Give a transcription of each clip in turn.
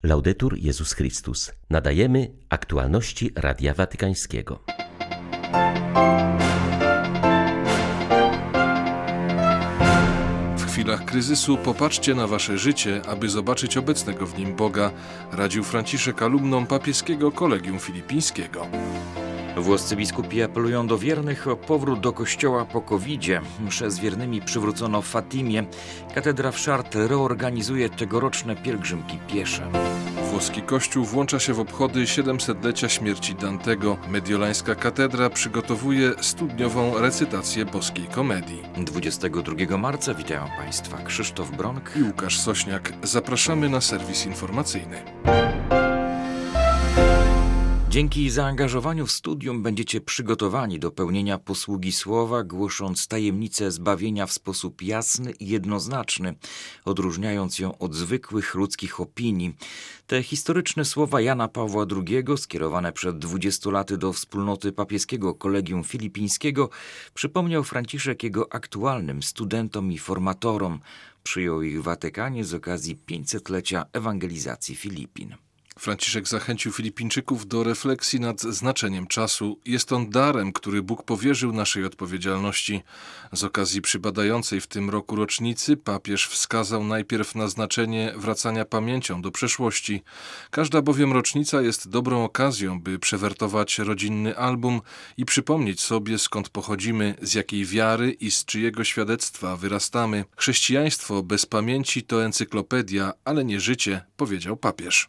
Laudetur Jezus Chrystus. Nadajemy aktualności Radia Watykańskiego. W chwilach kryzysu popatrzcie na wasze życie, aby zobaczyć obecnego w nim Boga, radził Franciszek alumnom papieskiego Kolegium Filipińskiego. Włoscy biskupi apelują do wiernych o powrót do kościoła po COVID-zie. Msze z wiernymi przywrócono w Fatimie. Katedra w Chartres reorganizuje tegoroczne pielgrzymki piesze. Włoski Kościół włącza się w obchody 700-lecia śmierci Dantego. Mediolańska katedra przygotowuje studniową recytację boskiej komedii. 22 marca witają Państwa Krzysztof Bronk i Łukasz Sośniak. Zapraszamy na serwis informacyjny. Dzięki zaangażowaniu w studium będziecie przygotowani do pełnienia posługi słowa, głosząc tajemnicę zbawienia w sposób jasny i jednoznaczny, odróżniając ją od zwykłych ludzkich opinii. Te historyczne słowa Jana Pawła II, skierowane przed 20 laty do wspólnoty papieskiego Kolegium Filipińskiego, przypomniał Franciszek jego aktualnym studentom i formatorom. Przyjął ich w Watykanie z okazji 500-lecia ewangelizacji Filipin. Franciszek zachęcił Filipińczyków do refleksji nad znaczeniem czasu. Jest on darem, który Bóg powierzył naszej odpowiedzialności. Z okazji przypadającej w tym roku rocznicy papież wskazał najpierw na znaczenie wracania pamięcią do przeszłości. Każda bowiem rocznica jest dobrą okazją, by przewertować rodzinny album i przypomnieć sobie, skąd pochodzimy, z jakiej wiary i z czyjego świadectwa wyrastamy. Chrześcijaństwo bez pamięci to encyklopedia, ale nie życie, powiedział papież.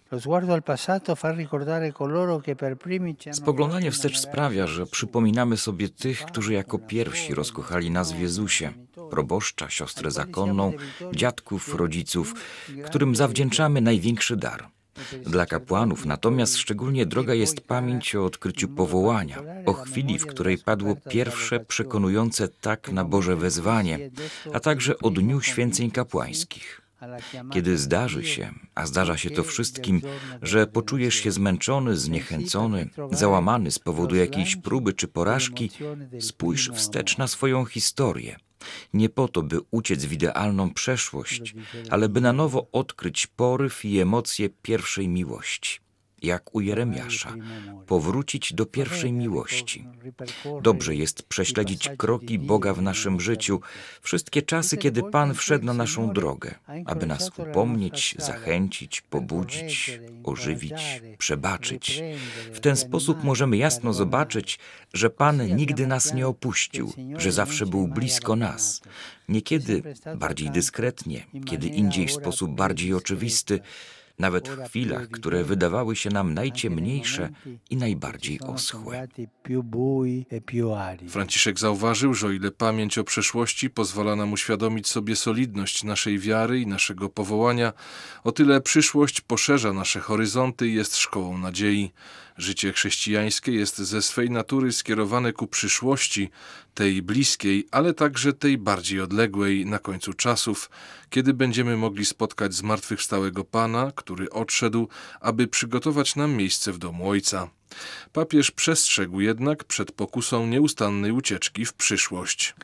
Spoglądanie wstecz sprawia, że przypominamy sobie tych, którzy jako pierwsi rozkochali nas w Jezusie. Proboszcza, siostrę zakonną, dziadków, rodziców, którym zawdzięczamy największy dar. Dla kapłanów natomiast szczególnie droga jest pamięć o odkryciu powołania, o chwili, w której padło pierwsze przekonujące tak na Boże wezwanie, a także o dniu święceń kapłańskich. Kiedy zdarzy się, a zdarza się to wszystkim, że poczujesz się zmęczony, zniechęcony, załamany z powodu jakiejś próby czy porażki, spójrz wstecz na swoją historię. Nie po to, by uciec w idealną przeszłość, ale by na nowo odkryć poryw i emocje pierwszej miłości. Jak u Jeremiasza, powrócić do pierwszej miłości. Dobrze jest prześledzić kroki Boga w naszym życiu, wszystkie czasy, kiedy Pan wszedł na naszą drogę, aby nas upomnieć, zachęcić, pobudzić, ożywić, przebaczyć. W ten sposób możemy jasno zobaczyć, że Pan nigdy nas nie opuścił, że zawsze był blisko nas. Niekiedy bardziej dyskretnie, kiedy indziej w sposób bardziej oczywisty, nawet w chwilach, które wydawały się nam najciemniejsze i najbardziej oschłe. Franciszek zauważył, że o ile pamięć o przeszłości pozwala nam uświadomić sobie solidność naszej wiary i naszego powołania, o tyle przyszłość poszerza nasze horyzonty i jest szkołą nadziei. Życie chrześcijańskie jest ze swej natury skierowane ku przyszłości, tej bliskiej, ale także tej bardziej odległej na końcu czasów, kiedy będziemy mogli spotkać zmartwychwstałego Pana, który odszedł, aby przygotować nam miejsce w domu Ojca. Papież przestrzegł jednak przed pokusą nieustannej ucieczki w przyszłość.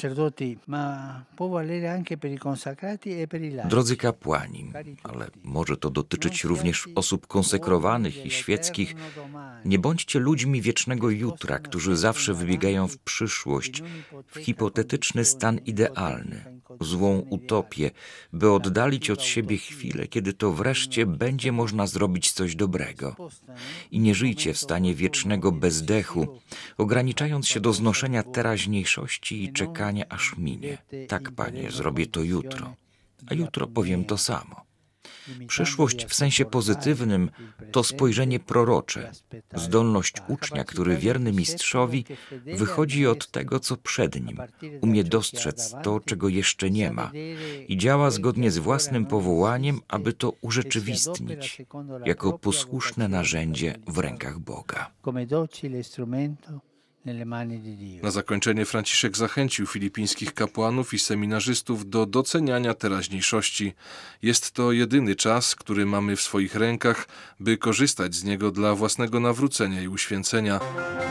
Drodzy kapłani, ale może to dotyczyć również osób konsekrowanych i świeckich, nie bądźcie ludźmi wiecznego jutra, którzy zawsze wybiegają w przyszłość, w hipotetyczny stan idealny, złą utopię, by oddalić od siebie chwilę, kiedy to wreszcie będzie można zrobić coś dobrego. I nie żyjcie w stanie wiecznego bezdechu, ograniczając się do znoszenia teraźniejszości i czekania aż minie. Tak, Panie, zrobię to jutro, a jutro powiem to samo. Przyszłość w sensie pozytywnym to spojrzenie prorocze, zdolność ucznia, który wierny mistrzowi wychodzi od tego, co przed nim, umie dostrzec to, czego jeszcze nie ma i działa zgodnie z własnym powołaniem, aby to urzeczywistnić, jako posłuszne narzędzie w rękach Boga. Na zakończenie Franciszek zachęcił filipińskich kapłanów i seminarzystów do doceniania teraźniejszości. Jest to jedyny czas, który mamy w swoich rękach, by korzystać z niego dla własnego nawrócenia i uświęcenia.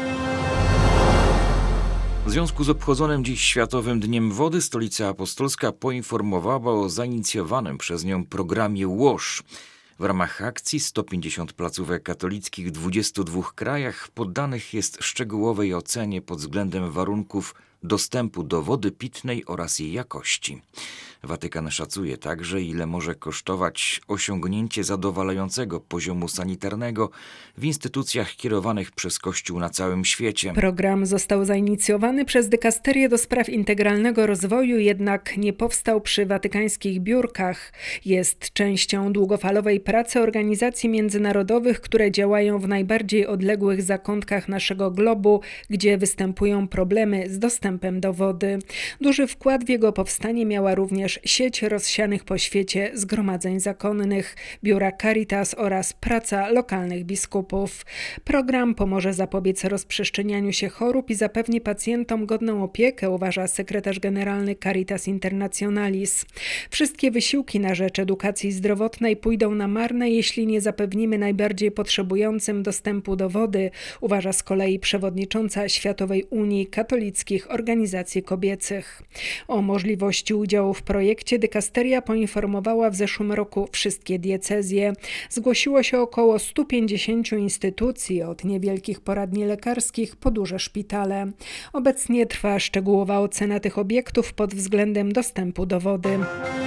W związku z obchodzonym dziś Światowym Dniem Wody Stolica Apostolska poinformowała o zainicjowanym przez nią programie WASH. W ramach akcji 150 placówek katolickich w 22 krajach poddanych jest szczegółowej ocenie pod względem warunków dostępu do wody pitnej oraz jej jakości. Watykan szacuje także, ile może kosztować osiągnięcie zadowalającego poziomu sanitarnego w instytucjach kierowanych przez Kościół na całym świecie. Program został zainicjowany przez Dykasterię do Spraw Integralnego Rozwoju, jednak nie powstał przy watykańskich biurkach. Jest częścią długofalowej pracy organizacji międzynarodowych, które działają w najbardziej odległych zakątkach naszego globu, gdzie występują problemy z dostępem do wody. Duży wkład w jego powstanie miała również sieć rozsianych po świecie zgromadzeń zakonnych, biura Caritas oraz praca lokalnych biskupów. Program pomoże zapobiec rozprzestrzenianiu się chorób i zapewni pacjentom godną opiekę, uważa sekretarz generalny Caritas Internationalis. Wszystkie wysiłki na rzecz edukacji zdrowotnej pójdą na marne, jeśli nie zapewnimy najbardziej potrzebującym dostępu do wody, uważa z kolei przewodnicząca Światowej Unii Katolickich Organizacji Kobiecych. O możliwości udziału w projekcie dykasteria poinformowała w zeszłym roku wszystkie diecezje. Zgłosiło się około 150 instytucji, od niewielkich poradni lekarskich po duże szpitale. Obecnie trwa szczegółowa ocena tych obiektów pod względem dostępu do wody.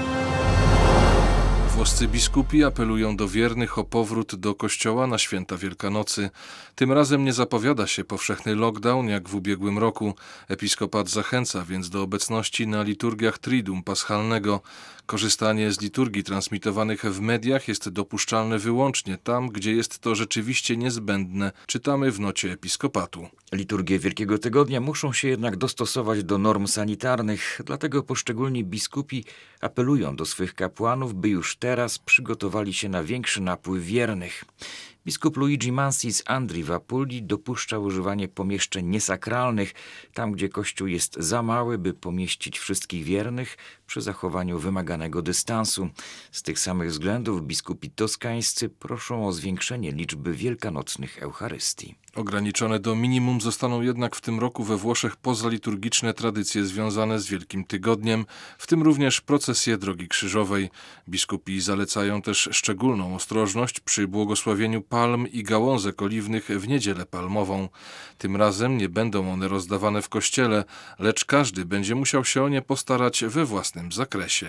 Włoscy biskupi apelują do wiernych o powrót do kościoła na święta Wielkanocy. Tym razem nie zapowiada się powszechny lockdown jak w ubiegłym roku. Episkopat zachęca więc do obecności na liturgiach Triduum Paschalnego. Korzystanie z liturgii transmitowanych w mediach jest dopuszczalne wyłącznie tam, gdzie jest to rzeczywiście niezbędne, czytamy w nocie episkopatu. Liturgie Wielkiego Tygodnia muszą się jednak dostosować do norm sanitarnych, dlatego poszczególni biskupi apelują do swych kapłanów, by już teraz przygotowali się na większy napływ wiernych. Biskup Luigi Mansi z Andrii w Apulii dopuszcza używanie pomieszczeń niesakralnych, tam gdzie kościół jest za mały, by pomieścić wszystkich wiernych przy zachowaniu wymaganego dystansu. Z tych samych względów biskupi toskańscy proszą o zwiększenie liczby wielkanocnych Eucharystii. Ograniczone do minimum zostaną jednak w tym roku we Włoszech pozaliturgiczne tradycje związane z Wielkim Tygodniem, w tym również procesje Drogi Krzyżowej. Biskupi zalecają też szczególną ostrożność przy błogosławieniu palm i gałązek oliwnych w Niedzielę Palmową. Tym razem nie będą one rozdawane w kościele, lecz każdy będzie musiał się o nie postarać we własnym zakresie.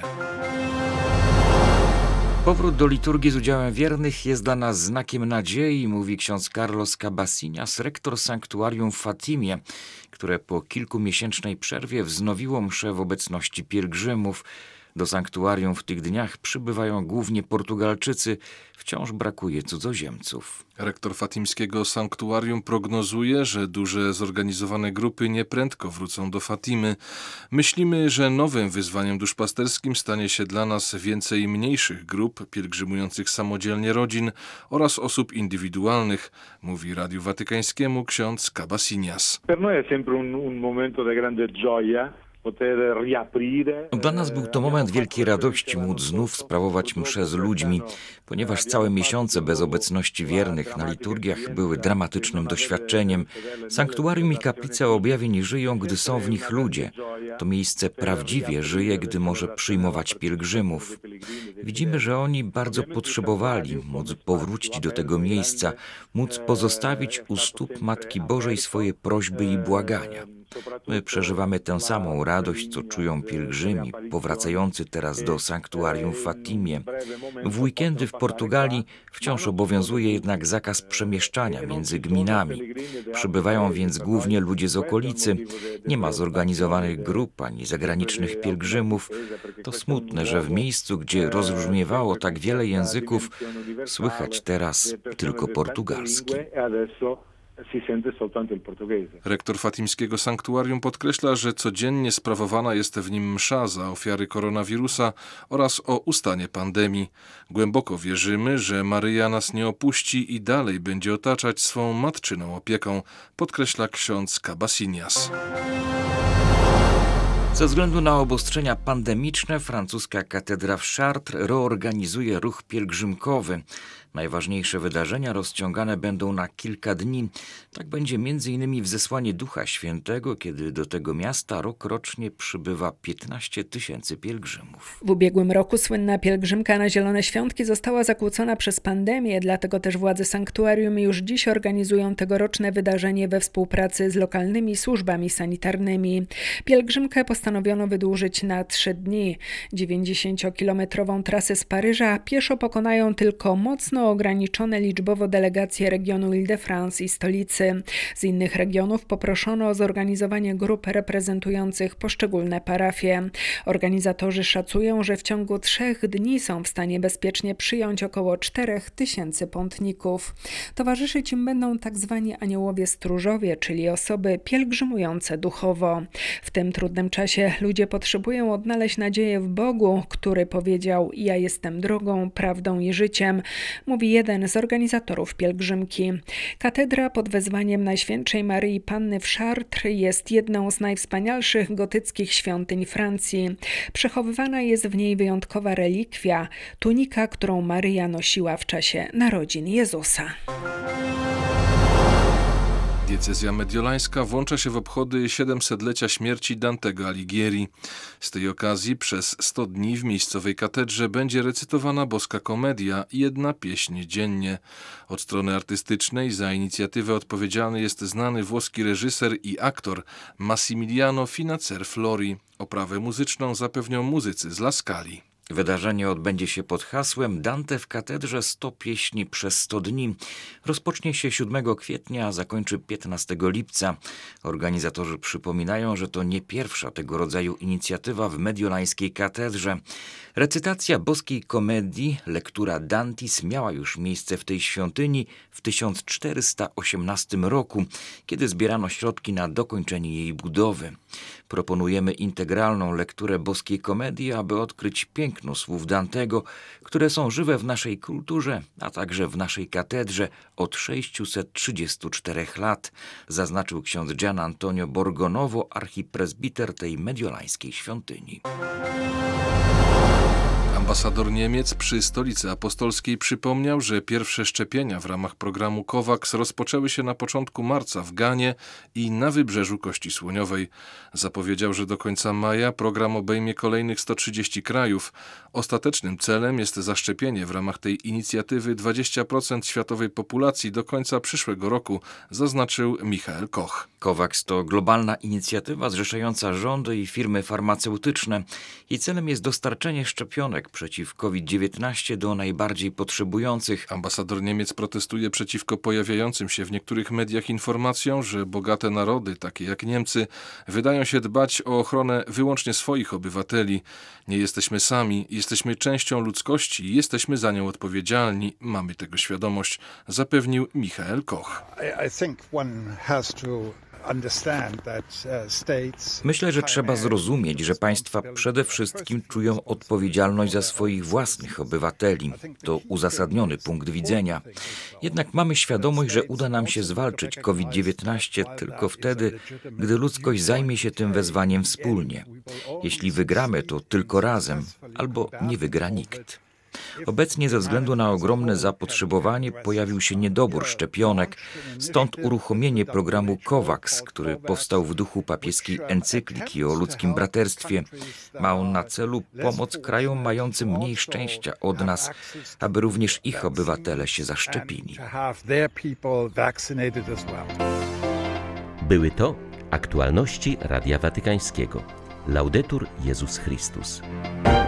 Powrót do liturgii z udziałem wiernych jest dla nas znakiem nadziei, mówi ksiądz Carlos Cabasinias, rektor sanktuarium w Fatimie, które po kilkumiesięcznej przerwie wznowiło mszę w obecności pielgrzymów. Do sanktuarium w tych dniach przybywają głównie Portugalczycy, wciąż brakuje cudzoziemców. Rektor fatimskiego sanktuarium prognozuje, że duże zorganizowane grupy nieprędko wrócą do Fatimy. Myślimy, że nowym wyzwaniem duszpasterskim stanie się dla nas więcej mniejszych grup pielgrzymujących samodzielnie rodzin oraz osób indywidualnych, mówi Radiu Watykańskiemu ksiądz Cabasinias. Per noi è sempre un momento di grande gioia. Dla nas był to moment wielkiej radości móc znów sprawować mszę z ludźmi, ponieważ całe miesiące bez obecności wiernych na liturgiach były dramatycznym doświadczeniem. Sanktuarium i kaplice objawień żyją, gdy są w nich ludzie. To miejsce prawdziwie żyje, gdy może przyjmować pielgrzymów. Widzimy, że oni bardzo potrzebowali móc powrócić do tego miejsca, móc pozostawić u stóp Matki Bożej swoje prośby i błagania. My przeżywamy tę samą radość, co czują pielgrzymi, powracający teraz do sanktuarium w Fatimie. W weekendy w Portugalii wciąż obowiązuje jednak zakaz przemieszczania między gminami. Przybywają więc głównie ludzie z okolicy. Nie ma zorganizowanych grup ani zagranicznych pielgrzymów. To smutne, że w miejscu, gdzie rozbrzmiewało tak wiele języków, słychać teraz tylko portugalski. Rektor fatimskiego sanktuarium podkreśla, że codziennie sprawowana jest w nim msza za ofiary koronawirusa oraz o ustanie pandemii. Głęboko wierzymy, że Maryja nas nie opuści i dalej będzie otaczać swą matczyną opieką, podkreśla ksiądz Cabasinias. Ze względu na obostrzenia pandemiczne francuska katedra w Chartres reorganizuje ruch pielgrzymkowy. Najważniejsze wydarzenia rozciągane będą na kilka dni. Tak będzie m.in. wzesłanie Ducha Świętego, kiedy do tego miasta rokrocznie przybywa 15 000 pielgrzymów. W ubiegłym roku słynna pielgrzymka na Zielone Świątki została zakłócona przez pandemię, dlatego też władze sanktuarium już dziś organizują tegoroczne wydarzenie we współpracy z lokalnymi służbami sanitarnymi. Pielgrzymkę postanowiono wydłużyć na 3 dni. 90-kilometrową trasę z Paryża pieszo pokonają tylko mocno ograniczone liczbowo delegacje regionu Ile-de-France i stolicy. Z innych regionów poproszono o zorganizowanie grup reprezentujących poszczególne parafie. Organizatorzy szacują, że w ciągu 3 dni są w stanie bezpiecznie przyjąć około 4000 pątników. Towarzyszyć im będą tzw. aniołowie stróżowie, czyli osoby pielgrzymujące duchowo. W tym trudnym czasie ludzie potrzebują odnaleźć nadzieję w Bogu, który powiedział: ja jestem drogą, prawdą i życiem, mówi jeden z organizatorów pielgrzymki. Katedra pod wezwaniem Najświętszej Maryi Panny w Chartres jest jedną z najwspanialszych gotyckich świątyń Francji. Przechowywana jest w niej wyjątkowa relikwia, tunika, którą Maryja nosiła w czasie narodzin Jezusa. Diecezja mediolańska włącza się w obchody 700-lecia śmierci Dantego Alighieri. Z tej okazji przez 100 dni w miejscowej katedrze będzie recytowana boska komedia, 1 pieśń dziennie. Od strony artystycznej za inicjatywę odpowiedzialny jest znany włoski reżyser i aktor Massimiliano Finacer-Flori. Oprawę muzyczną zapewnią muzycy z La Scali. Wydarzenie odbędzie się pod hasłem Dante w katedrze 100 pieśni przez 100 dni. Rozpocznie się 7 kwietnia, a zakończy 15 lipca. Organizatorzy przypominają, że to nie pierwsza tego rodzaju inicjatywa w mediolańskiej katedrze. Recytacja boskiej komedii, lektura Dantis, miała już miejsce w tej świątyni w 1418 roku, kiedy zbierano środki na dokończenie jej budowy. Proponujemy integralną lekturę boskiej komedii, aby odkryć piękno słów Dantego, które są żywe w naszej kulturze, a także w naszej katedrze od 634 lat, zaznaczył ksiądz Gian Antonio Borgonovo, archipresbiter tej mediolańskiej świątyni. Ambasador Niemiec przy Stolicy Apostolskiej przypomniał, że pierwsze szczepienia w ramach programu COVAX rozpoczęły się na początku marca w Ganie i na wybrzeżu Kości Słoniowej. Zapowiedział, że do końca maja program obejmie kolejnych 130 krajów. Ostatecznym celem jest zaszczepienie w ramach tej inicjatywy 20% światowej populacji do końca przyszłego roku, zaznaczył Michael Koch. COVAX to globalna inicjatywa zrzeszająca rządy i firmy farmaceutyczne. Jej celem jest dostarczenie szczepionek przeciw COVID-19 do najbardziej potrzebujących. Ambasador Niemiec protestuje przeciwko pojawiającym się w niektórych mediach informacjom, że bogate narody, takie jak Niemcy, wydają się dbać o ochronę wyłącznie swoich obywateli. Nie jesteśmy sami, jesteśmy częścią ludzkości i jesteśmy za nią odpowiedzialni. Mamy tego świadomość, zapewnił Michael Koch. Myślę, że trzeba zrozumieć, że państwa przede wszystkim czują odpowiedzialność za swoich własnych obywateli. To uzasadniony punkt widzenia. Jednak mamy świadomość, że uda nam się zwalczyć COVID-19 tylko wtedy, gdy ludzkość zajmie się tym wezwaniem wspólnie. Jeśli wygramy, to tylko razem, albo nie wygra nikt. Obecnie ze względu na ogromne zapotrzebowanie pojawił się niedobór szczepionek, stąd uruchomienie programu COVAX, który powstał w duchu papieskiej encykliki o ludzkim braterstwie. Ma on na celu pomoc krajom mającym mniej szczęścia od nas, aby również ich obywatele się zaszczepili. Były to aktualności Radia Watykańskiego. Laudetur Jezus Chrystus.